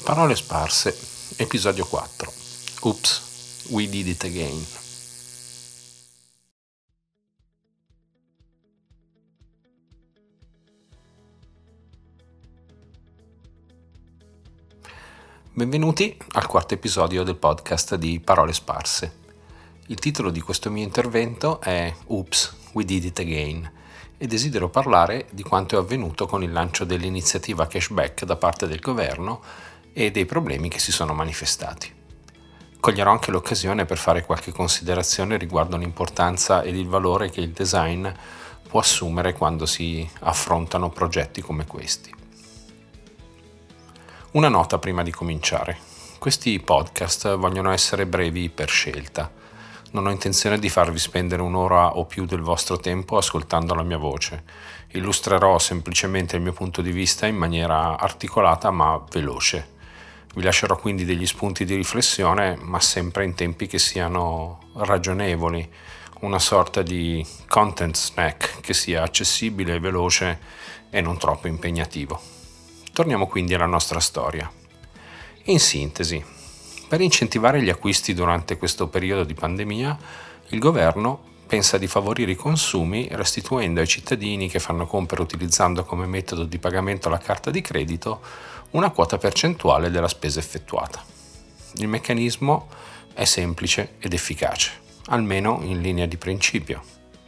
Parole sparse, episodio 4. Oops, we did it again. Benvenuti al quarto episodio del podcast di Parole sparse. Il titolo di questo mio intervento è Oops, we did it again e desidero parlare di quanto è avvenuto con il lancio dell'iniziativa cashback da parte del governo e dei problemi che si sono manifestati. Coglierò anche l'occasione per fare qualche considerazione riguardo l'importanza ed il valore che il design può assumere quando si affrontano progetti come questi. Una nota prima di cominciare. Questi podcast vogliono essere brevi per scelta. Non ho intenzione di farvi spendere un'ora o più del vostro tempo ascoltando la mia voce. Illustrerò semplicemente il mio punto di vista in maniera articolata ma veloce. Vi lascerò quindi degli spunti di riflessione, ma sempre in tempi che siano ragionevoli, una sorta di content snack che sia accessibile, veloce e non troppo impegnativo. Torniamo quindi alla nostra storia. In sintesi, per incentivare gli acquisti durante questo periodo di pandemia, il governo pensa di favorire i consumi restituendo ai cittadini che fanno compere utilizzando come metodo di pagamento la carta di credito una quota percentuale della spesa effettuata. Il meccanismo è semplice ed efficace, almeno in linea di principio.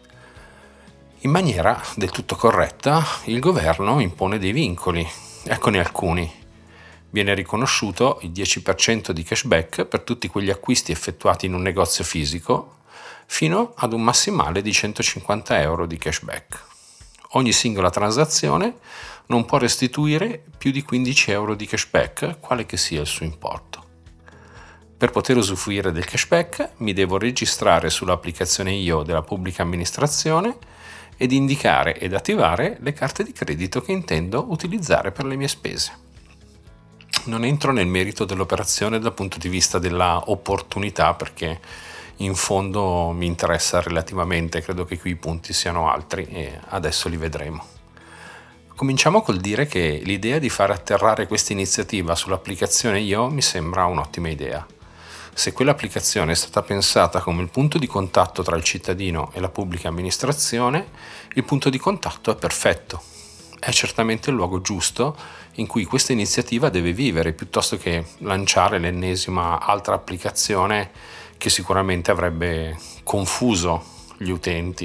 In maniera del tutto corretta, il governo impone dei vincoli. Eccone alcuni. Viene riconosciuto il 10% di cashback per tutti quegli acquisti effettuati in un negozio fisico fino ad un massimale di 150 euro di cashback. Ogni singola transazione non può restituire più di 15 euro di cashback, quale che sia il suo importo. Per poter usufruire del cashback mi devo registrare sull'applicazione IO della pubblica amministrazione ed indicare ed attivare le carte di credito che intendo utilizzare per le mie spese. Non entro nel merito dell'operazione dal punto di vista della opportunità perché in fondo mi interessa relativamente, credo che qui i punti siano altri e adesso li vedremo. Cominciamo col dire che l'idea di far atterrare questa iniziativa sull'applicazione IO mi sembra un'ottima idea. Se quell'applicazione è stata pensata come il punto di contatto tra il cittadino e la pubblica amministrazione, il punto di contatto è perfetto. È certamente il luogo giusto in cui questa iniziativa deve vivere, piuttosto che lanciare l'ennesima altra applicazione che sicuramente avrebbe confuso gli utenti.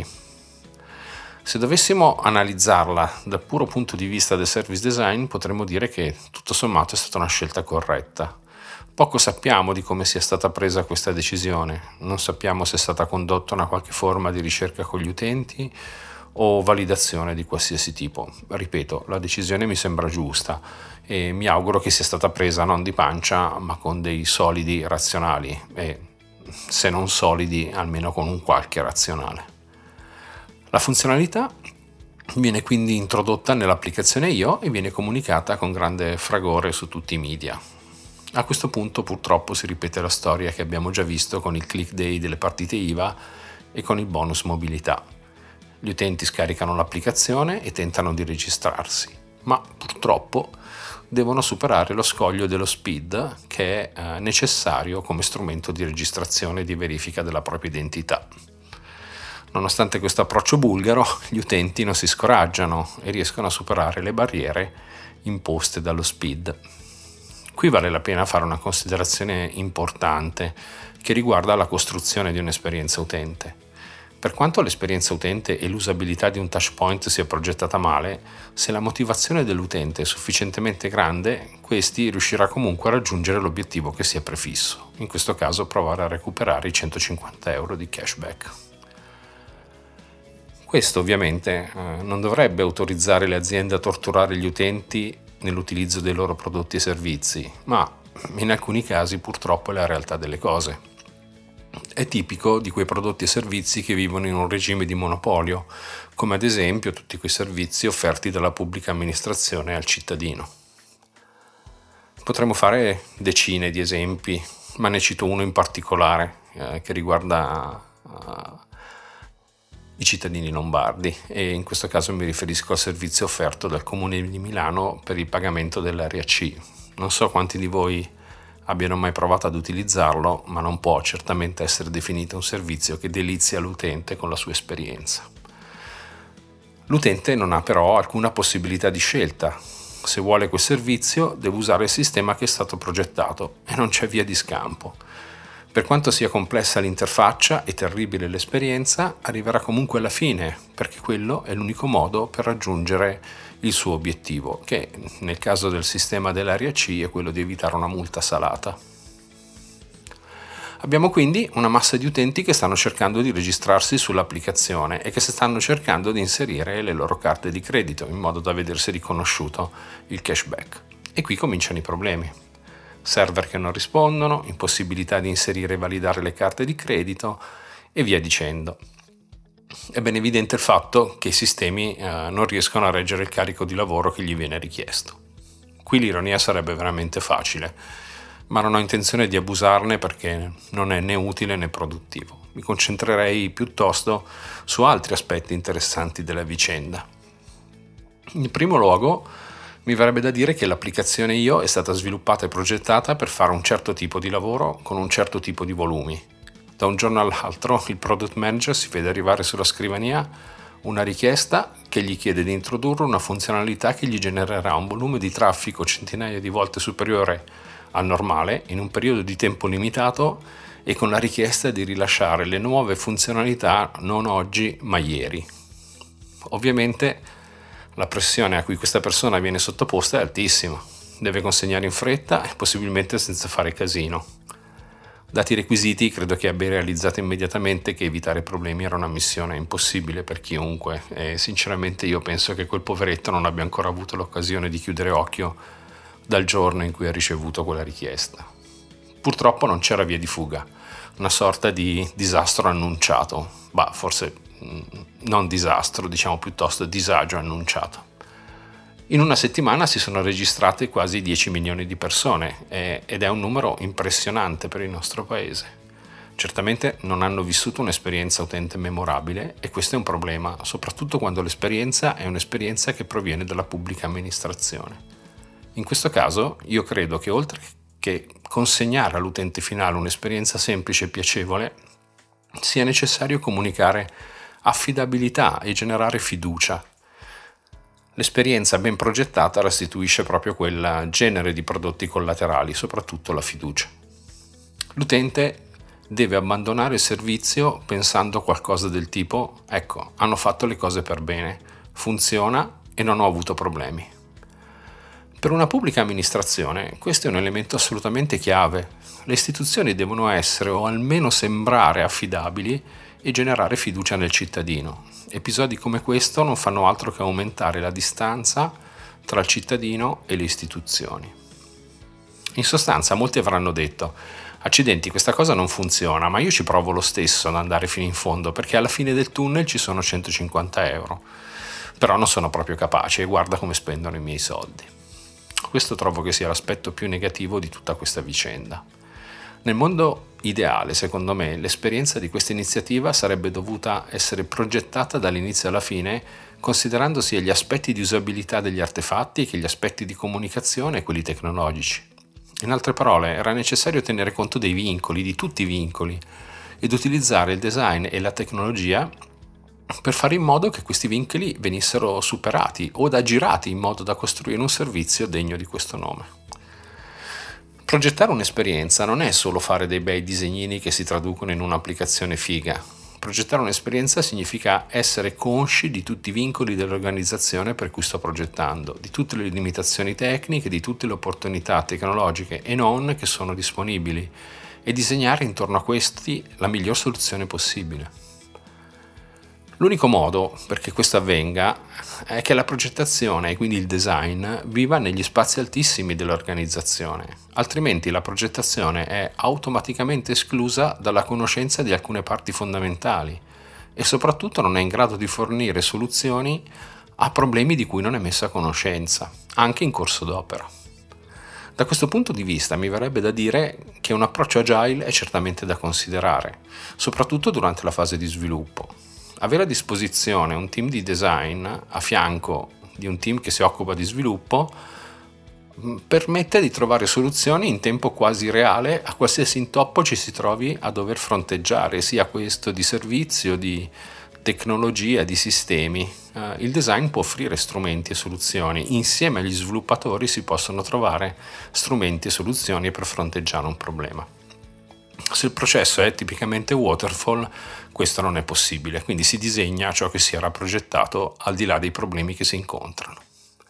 Se dovessimo analizzarla dal puro punto di vista del service design, potremmo dire che tutto sommato è stata una scelta corretta. Poco sappiamo di come sia stata presa questa decisione, non sappiamo se è stata condotta una qualche forma di ricerca con gli utenti o validazione di qualsiasi tipo. Ripeto, la decisione mi sembra giusta e mi auguro che sia stata presa non di pancia ma con dei solidi razionali e se non solidi almeno con un qualche razionale. La funzionalità viene quindi introdotta nell'applicazione IO e viene comunicata con grande fragore su tutti i media. A questo punto purtroppo si ripete la storia che abbiamo già visto con il click day delle partite IVA e con il bonus mobilità. Gli utenti scaricano l'applicazione e tentano di registrarsi, ma purtroppo devono superare lo scoglio dello SPID che è necessario come strumento di registrazione e di verifica della propria identità. Nonostante questo approccio bulgaro, gli utenti non si scoraggiano e riescono a superare le barriere imposte dallo SPID. Qui vale la pena fare una considerazione importante che riguarda la costruzione di un'esperienza utente. Per quanto l'esperienza utente e l'usabilità di un touchpoint sia progettata male, se la motivazione dell'utente è sufficientemente grande, questi riuscirà comunque a raggiungere l'obiettivo che si è prefisso, in questo caso provare a recuperare i 150 euro di cashback. Questo ovviamente non dovrebbe autorizzare le aziende a torturare gli utenti nell'utilizzo dei loro prodotti e servizi, ma in alcuni casi purtroppo è la realtà delle cose. È tipico di quei prodotti e servizi che vivono in un regime di monopolio, come ad esempio tutti quei servizi offerti dalla pubblica amministrazione al cittadino. Potremmo fare decine di esempi, ma ne cito uno in particolare che riguarda i cittadini lombardi e in questo caso mi riferisco al servizio offerto dal Comune di Milano per il pagamento dell'area C. Non so quanti di voi abbiano mai provato ad utilizzarlo, ma non può certamente essere definito un servizio che delizia l'utente con la sua esperienza. L'utente non ha però alcuna possibilità di scelta. Se vuole quel servizio deve usare il sistema che è stato progettato e non c'è via di scampo. Per quanto sia complessa l'interfaccia e terribile l'esperienza, arriverà comunque alla fine, perché quello è l'unico modo per raggiungere il suo obiettivo, che nel caso del sistema dell'area C è quello di evitare una multa salata. Abbiamo quindi una massa di utenti che stanno cercando di registrarsi sull'applicazione e che stanno cercando di inserire le loro carte di credito in modo da vedersi riconosciuto il cashback. E qui cominciano i problemi. Server che non rispondono, impossibilità di inserire e validare le carte di credito e via dicendo. È ben evidente il fatto che i sistemi non riescono a reggere il carico di lavoro che gli viene richiesto. Qui l'ironia sarebbe veramente facile, ma non ho intenzione di abusarne perché non è né utile né produttivo. Mi concentrerei piuttosto su altri aspetti interessanti della vicenda. In primo luogo, mi verrebbe da dire che l'applicazione IO è stata sviluppata e progettata per fare un certo tipo di lavoro con un certo tipo di volumi. Da un giorno all'altro il product manager si vede arrivare sulla scrivania una richiesta che gli chiede di introdurre una funzionalità che gli genererà un volume di traffico centinaia di volte superiore al normale in un periodo di tempo limitato e con la richiesta di rilasciare le nuove funzionalità non oggi ma ieri. Ovviamente la pressione a cui questa persona viene sottoposta è altissima, deve consegnare in fretta e possibilmente senza fare casino. Dati i requisiti, credo che abbia realizzato immediatamente che evitare problemi era una missione impossibile per chiunque e sinceramente io penso che quel poveretto non abbia ancora avuto l'occasione di chiudere occhio dal giorno in cui ha ricevuto quella richiesta. Purtroppo non c'era via di fuga, una sorta di disastro annunciato, forse non disastro, diciamo piuttosto disagio annunciato. In una settimana si sono registrate quasi 10 milioni di persone ed è un numero impressionante per il nostro paese. Certamente non hanno vissuto un'esperienza utente memorabile e questo è un problema, soprattutto quando l'esperienza è un'esperienza che proviene dalla pubblica amministrazione. In questo caso io credo che oltre che consegnare all'utente finale un'esperienza semplice e piacevole, sia necessario comunicare affidabilità e generare fiducia. L'esperienza ben progettata restituisce proprio quel genere di prodotti collaterali, soprattutto la fiducia. L'utente deve abbandonare il servizio pensando qualcosa del tipo: ecco, hanno fatto le cose per bene, funziona e non ho avuto problemi. Per una pubblica amministrazione questo è un elemento assolutamente chiave. Le istituzioni devono essere o almeno sembrare affidabili e generare fiducia nel cittadino. Episodi come questo non fanno altro che aumentare la distanza tra il cittadino e le istituzioni. In sostanza, molti avranno detto: accidenti, questa cosa non funziona, ma io ci provo lo stesso ad andare fino in fondo perché alla fine del tunnel ci sono 150 euro. Però non sono proprio capace e guarda come spendono i miei soldi. Questo trovo che sia l'aspetto più negativo di tutta questa vicenda. Nel mondo ideale, secondo me, l'esperienza di questa iniziativa sarebbe dovuta essere progettata dall'inizio alla fine, considerando sia gli aspetti di usabilità degli artefatti che gli aspetti di comunicazione e quelli tecnologici. In altre parole, era necessario tenere conto dei vincoli, di tutti i vincoli, ed utilizzare il design e la tecnologia per fare in modo che questi vincoli venissero superati o aggirati in modo da costruire un servizio degno di questo nome. Progettare un'esperienza non è solo fare dei bei disegnini che si traducono in un'applicazione figa. Progettare un'esperienza significa essere consci di tutti i vincoli dell'organizzazione per cui sto progettando, di tutte le limitazioni tecniche, di tutte le opportunità tecnologiche e non che sono disponibili e disegnare intorno a questi la miglior soluzione possibile. L'unico modo perché questo avvenga è che la progettazione e quindi il design viva negli spazi altissimi dell'organizzazione, altrimenti la progettazione è automaticamente esclusa dalla conoscenza di alcune parti fondamentali e soprattutto non è in grado di fornire soluzioni a problemi di cui non è messa a conoscenza, anche in corso d'opera. Da questo punto di vista mi verrebbe da dire che un approccio agile è certamente da considerare, soprattutto durante la fase di sviluppo. Avere a disposizione un team di design a fianco di un team che si occupa di sviluppo permette di trovare soluzioni in tempo quasi reale a qualsiasi intoppo ci si trovi a dover fronteggiare, sia questo di servizio, di tecnologia, di sistemi. Il design può offrire strumenti e soluzioni. Insieme agli sviluppatori si possono trovare strumenti e soluzioni per fronteggiare un problema. Se il processo è tipicamente waterfall, questo non è possibile, quindi si disegna ciò che si era progettato al di là dei problemi che si incontrano.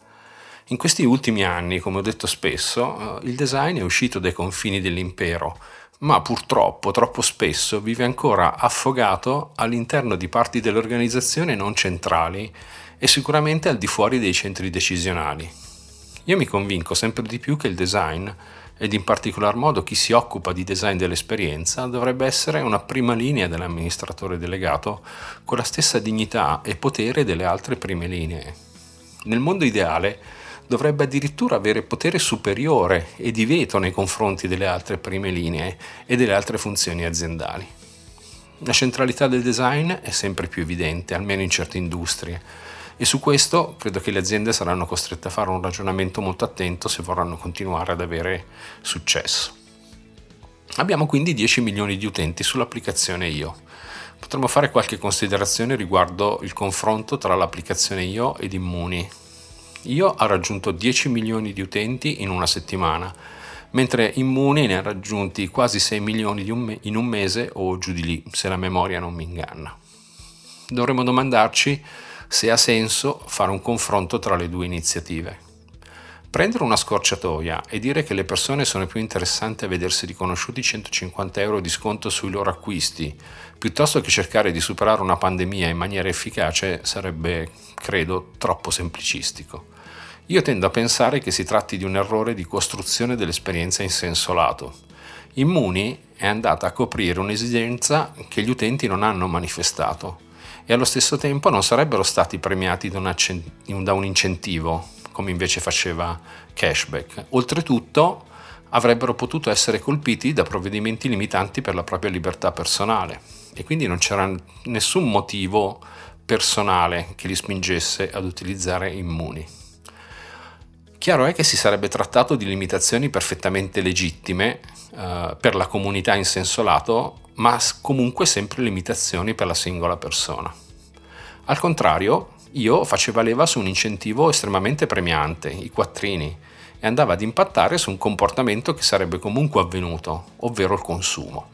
In questi ultimi anni, come ho detto spesso, il design è uscito dai confini dell'impero, ma purtroppo troppo spesso vive ancora affogato all'interno di parti dell'organizzazione non centrali e sicuramente al di fuori dei centri decisionali. Io mi convinco sempre di più che il design, ed in particolar modo chi si occupa di design dell'esperienza, dovrebbe essere una prima linea dell'amministratore delegato con la stessa dignità e potere delle altre prime linee. Nel mondo ideale dovrebbe addirittura avere potere superiore e di veto nei confronti delle altre prime linee e delle altre funzioni aziendali. La centralità del design è sempre più evidente, almeno in certe industrie, e su questo credo che le aziende saranno costrette a fare un ragionamento molto attento se vorranno continuare ad avere successo. Abbiamo quindi 10 milioni di utenti sull'applicazione Io. Potremmo fare qualche considerazione riguardo il confronto tra l'applicazione Io ed Immuni. Io ha raggiunto 10 milioni di utenti in una settimana, mentre Immuni ne ha raggiunti quasi 6 milioni in un mese o giù di lì, se la memoria non mi inganna. Dovremmo domandarci se ha senso fare un confronto tra le due iniziative. Prendere una scorciatoia e dire che le persone sono più interessanti a vedersi riconosciuti 150 euro di sconto sui loro acquisti, piuttosto che cercare di superare una pandemia in maniera efficace, sarebbe, credo, troppo semplicistico. Io tendo a pensare che si tratti di un errore di costruzione dell'esperienza in senso lato. Immuni è andata a coprire un'esigenza che gli utenti non hanno manifestato e allo stesso tempo non sarebbero stati premiati da un incentivo, come invece faceva Cashback. Oltretutto avrebbero potuto essere colpiti da provvedimenti limitanti per la propria libertà personale e quindi non c'era nessun motivo personale che li spingesse ad utilizzare Immuni. Chiaro è che si sarebbe trattato di limitazioni perfettamente legittime per la comunità in senso lato, ma comunque sempre limitazioni per la singola persona. Al contrario, Io faceva leva su un incentivo estremamente premiante, i quattrini, e andava ad impattare su un comportamento che sarebbe comunque avvenuto, ovvero il consumo.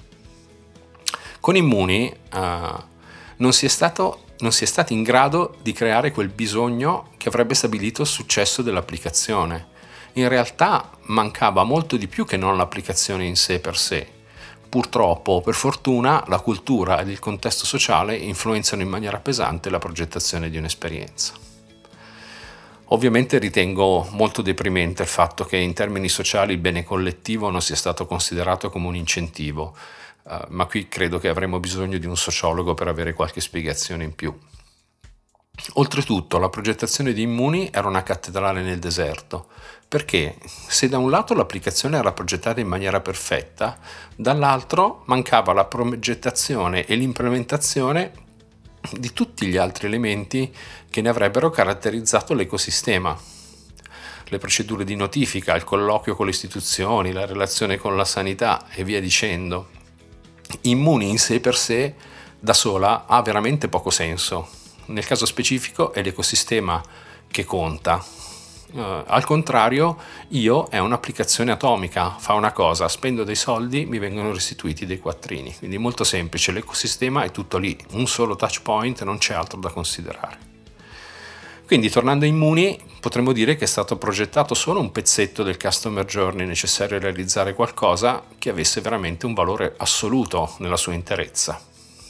Con Immuni non si è stati in grado di creare quel bisogno che avrebbe stabilito il successo dell'applicazione. In realtà mancava molto di più che non l'applicazione in sé per sé. Purtroppo o per fortuna la cultura ed il contesto sociale influenzano in maniera pesante la progettazione di un'esperienza. Ovviamente ritengo molto deprimente il fatto che in termini sociali il bene collettivo non sia stato considerato come un incentivo, ma qui credo che avremo bisogno di un sociologo per avere qualche spiegazione in più. Oltretutto, la progettazione di Immuni era una cattedrale nel deserto, perché se da un lato l'applicazione era progettata in maniera perfetta, dall'altro mancava la progettazione e l'implementazione di tutti gli altri elementi che ne avrebbero caratterizzato l'ecosistema. Le procedure di notifica, il colloquio con le istituzioni, la relazione con la sanità e via dicendo. Immuni in sé per sé, da sola, ha veramente poco senso. Nel caso specifico è l'ecosistema che conta. Al contrario, Io è un'applicazione atomica, fa una cosa, spendo dei soldi, mi vengono restituiti dei quattrini. Quindi molto semplice, l'ecosistema è tutto lì, un solo touch point, non c'è altro da considerare. Quindi tornando a Immuni, potremmo dire che è stato progettato solo un pezzetto del customer journey necessario a realizzare qualcosa che avesse veramente un valore assoluto nella sua interezza.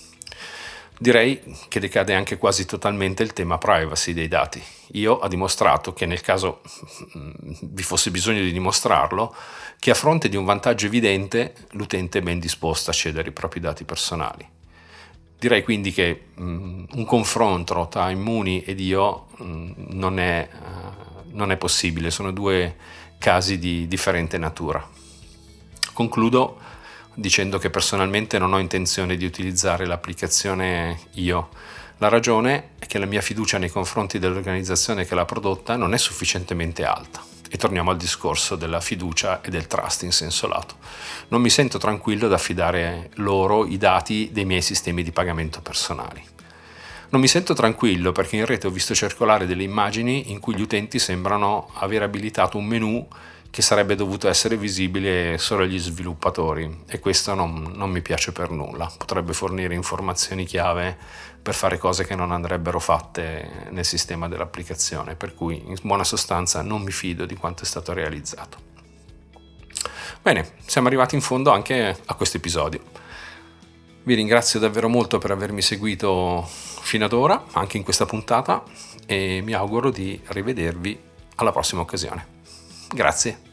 Direi che decade anche quasi totalmente il tema privacy dei dati. Io ha dimostrato che nel caso vi fosse bisogno di dimostrarlo, che a fronte di un vantaggio evidente l'utente è ben disposto a cedere i propri dati personali. Direi quindi che un confronto tra Immuni ed Io non è possibile, sono due casi di differente natura. Concludo dicendo che personalmente non ho intenzione di utilizzare l'applicazione Io. La ragione è che la mia fiducia nei confronti dell'organizzazione che l'ha prodotta non è sufficientemente alta E torniamo al discorso della fiducia e del trust in senso lato. Non mi sento tranquillo ad affidare loro i dati dei miei sistemi di pagamento personali. Non mi sento tranquillo perché in rete ho visto circolare delle immagini in cui gli utenti sembrano aver abilitato un menu che sarebbe dovuto essere visibile solo agli sviluppatori, e questo non mi piace per nulla. Potrebbe fornire informazioni chiave per fare cose che non andrebbero fatte nel sistema dell'applicazione, per cui in buona sostanza non mi fido di quanto è stato realizzato. Bene, siamo arrivati in fondo anche a questo episodio. Vi ringrazio davvero molto per avermi seguito fino ad ora, anche in questa puntata, e mi auguro di rivedervi alla prossima occasione. Grazie.